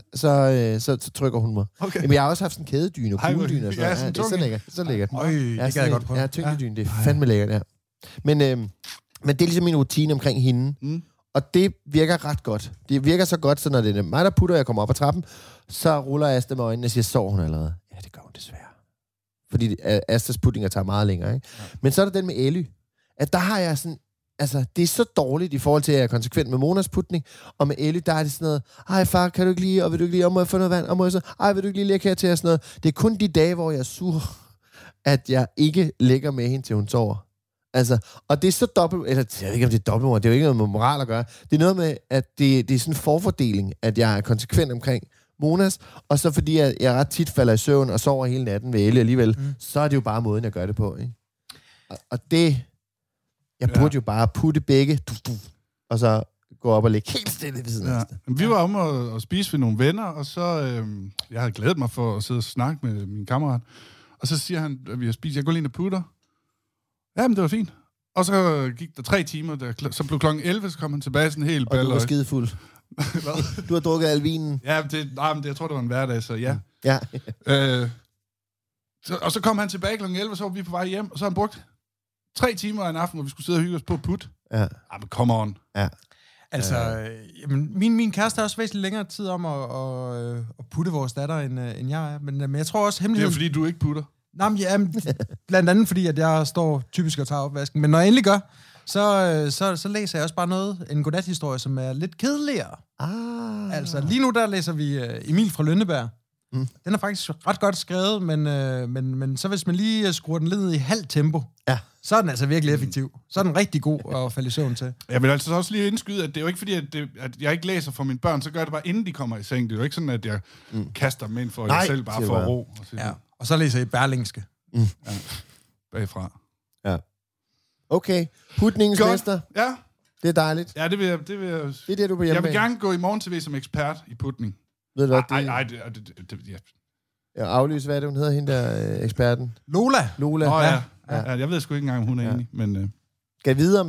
så trykker hun mig. Okay. Jamen jeg har også haft sådan en kædedyne og kugledyne og sådan. Det er så lækkert. Så lækkert. Det kan jeg godt på. Ja, tyngdedyne, det er fandme lækkert, ja. Men det er ligesom min rutine omkring hende. Mm. Og det virker ret godt. Det virker så godt, så når det er mig, der putter, og jeg kommer op ad trappen, så ruller Asta med øjnene og siger, sover hun allerede? Ja, det gør hun desværre. Fordi Astas putninger tager meget længere, ikke? Ja. Men så er der den med Elly. At der har jeg sådan... Altså, det er så dårligt i forhold til, at jeg er konsekvent med Monas putning. Og med Elly, der er det sådan noget, ej far, kan du ikke lige, og vil du ikke lige, må jeg få noget vand? Og må jeg så, vil du ikke lige lægge her til og sådan noget. Det er kun de dage, hvor jeg er sur, at jeg ikke ligger med hende, til hun sover. Altså, og det er så dobbelt, eller jeg ved ikke, om det er dobbeltmord, det er jo ikke noget med moral at gøre. Det er noget med, at det er sådan en forfordeling, at jeg er konsekvent omkring Monas, og så fordi jeg ret tit falder i søvn og sover hele natten ved Elly alligevel, så er det jo bare måden, jeg gør det på, ikke? Og det... Jeg burde jo bare putte begge, og så gå op og ligge helt stille ved siden af. Vi var om at spise ved nogle venner, og så... jeg havde glædet mig for at sidde og snakke med min kammerat. Og så siger han, at vi har spist, jeg går lige ind og putter. Jamen, det var fint. Og så gik der 3 timer, så blev klokken 11, så kom han tilbage sådan helt baller. Og du var skidefuld. Du har drukket al vinen. Ja, jeg tror, det var en hverdag, så ja. Ja. Og så kom han tilbage klokken 11, så var vi på vej hjem, og så har han brugt 3 timer en aften, hvor vi skulle sidde og hygge os på put. Ja. Men come on. Ja. Altså, min kæreste har også væsentligt længere tid om at putte vores datter, end jeg er. Men jeg tror også hemmeligheden... Det er fordi, du ikke putter. Nej, men blandt andet fordi, at jeg står typisk og tager opvasken. Men når jeg endelig gør, så læser jeg også bare en godnathistorie, som er lidt kedeligere. Altså, lige nu der læser vi Emil fra Lønneberg. Den er faktisk ret godt skrevet, men så hvis man lige skruer den lidt ned i halvt tempo, så er den altså virkelig effektiv. Så er den rigtig god at falde i søvn til. Jeg vil altså også lige indskyde, at det er jo ikke fordi, at jeg ikke læser for mine børn, så gør det bare inden de kommer i seng. Det er jo ikke sådan, at jeg kaster dem ind for jeg selv bare for ro. Og så læser I Berlingske. Ja. Bagfra. Ja. Okay. Putningens mester. Ja. Det er dejligt. Ja, det vil jeg. Det er det, du på hjemme. Jeg vil gerne gå i morgen-tv som ekspert i putning. Ved du hvad? Nej, Jeg aflyser, hvad det, hun hedder, hende der eksperten. Lola. Ja. Jeg ved sgu ikke engang, om hun er enig, men... Skal jeg vide,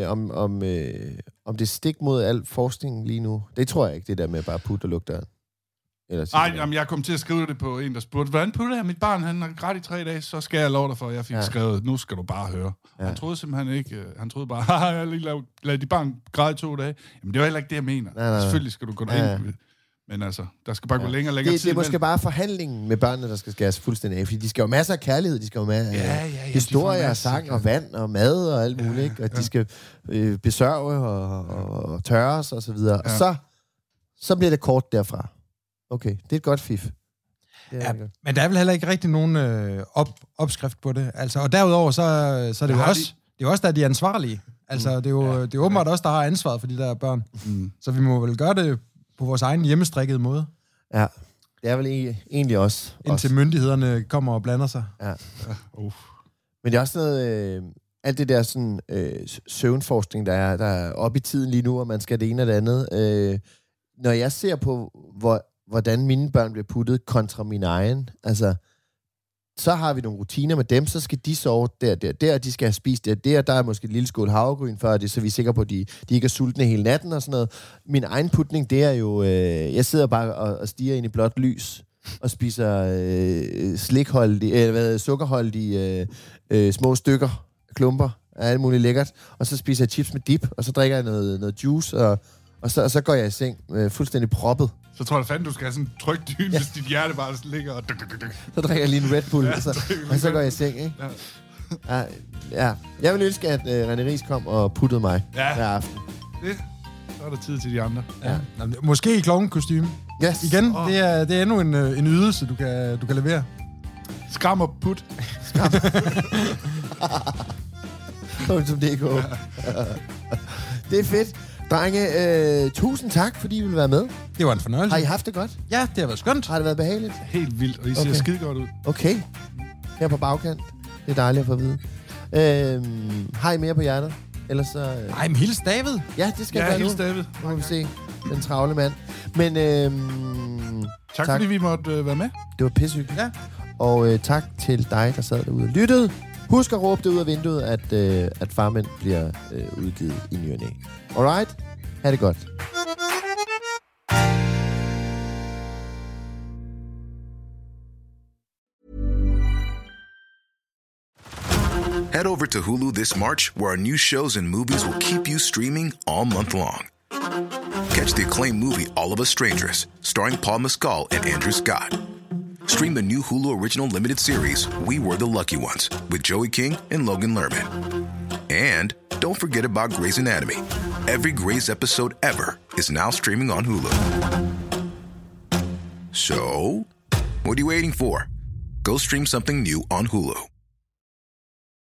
om det stik mod al forskning lige nu? Det tror jeg ikke, det der med bare putte og lukke døren. Nej, jeg kom til at skrive det på en, der spurgte, hvordan putter jeg mit barn? Han har grædt i 3 dage, så skal jeg love dig for, at jeg fik skrevet, nu skal du bare høre. Ja. Han troede simpelthen ikke, han troede bare, jeg lige lad de barn græde i 2 dage. Jamen, det var heller ikke det, jeg mener. Nej. Selvfølgelig skal du gå ind. Men altså, der skal bare gå længere tid. Det er måske bare forhandlingen med børnene, der skal skæres fuldstændig af, fordi de skal jo masser af kærlighed, de skal jo med historier, sang og vand og mad og alt muligt, ikke? Og de skal besørge og tørres og så videre. Og så bliver det kort derfra. Okay, det er et godt fif. Men der er vel heller ikke rigtig nogen opskrift på det. Altså, og derudover, så er det jo også... Det er også der, de er ansvarlige. Altså, det er jo åbenbart også, der har ansvaret for de der børn. Så vi må vel gøre det på vores egen hjemmestrikkede måde. Ja, det er vel egentlig også. Indtil myndighederne kommer og blander sig. Ja. Men det er også noget... alt det der sådan, søvnforskning, der er oppe i tiden lige nu, og man skal det ene og det andet. Når jeg ser på, hvordan mine børn bliver puttet kontra min egen, altså... Så har vi nogle rutiner med dem, så skal de sove der, de skal have spist der er måske et lille skål havregryn før det, så vi er sikre på, at de ikke er sultne hele natten og sådan noget. Min egen putning, det er jo, jeg sidder bare og stiger ind i blåt lys, og spiser sukkerholdige små stykker, klumper, alt muligt lækkert, og så spiser jeg chips med dip, og så drikker jeg noget juice, og så går jeg i seng fuldstændig proppet. Så tror jeg fandme, du skal have sådan en tryg dyne, hvis dit hjerte bare ligger og... Så drikker jeg lige en Red Bull, og så går jeg i seng, ikke? Ja. Jeg vil ønske, at René Riis kom og puttede mig hver aften. Så er der tid til de andre. Ja. Måske i klovnekostyme. Yes. Igen, det er endnu en ydelse, du kan levere. Skram og put. .dk. Det er fedt. Drenge, tusind tak, fordi I ville være med. Det var en fornøjelse. Har I haft det godt? Ja, det har været skønt. Har det været behageligt? Helt vildt, og I ser skide godt ud. Okay. Her på bagkant. Det er dejligt at få at vide. Har I mere på hjertet? Ellers så... Nej, men hils David. Ja, det skal være nu. David. Nu må vi se. Den travle mand. Men tak fordi vi måtte være med. Det var pissehyggeligt. Ja. Og tak til dig, der sad derude og lyttede. Husk at råbe det ud af vinduet, at Farmænd bliver udgivet i ny og næ. Alright? Ha' det godt. Head over to Hulu this March, where our new shows and movies will keep you streaming all month long. Catch the acclaimed movie All of Us Strangers, starring Paul Mescal and Andrew Scott. Stream the new Hulu original limited series, We Were the Lucky Ones, with Joey King and Logan Lerman. And don't forget about Grey's Anatomy. Every Grey's episode ever is now streaming on Hulu. So, what are you waiting for? Go stream something new on Hulu.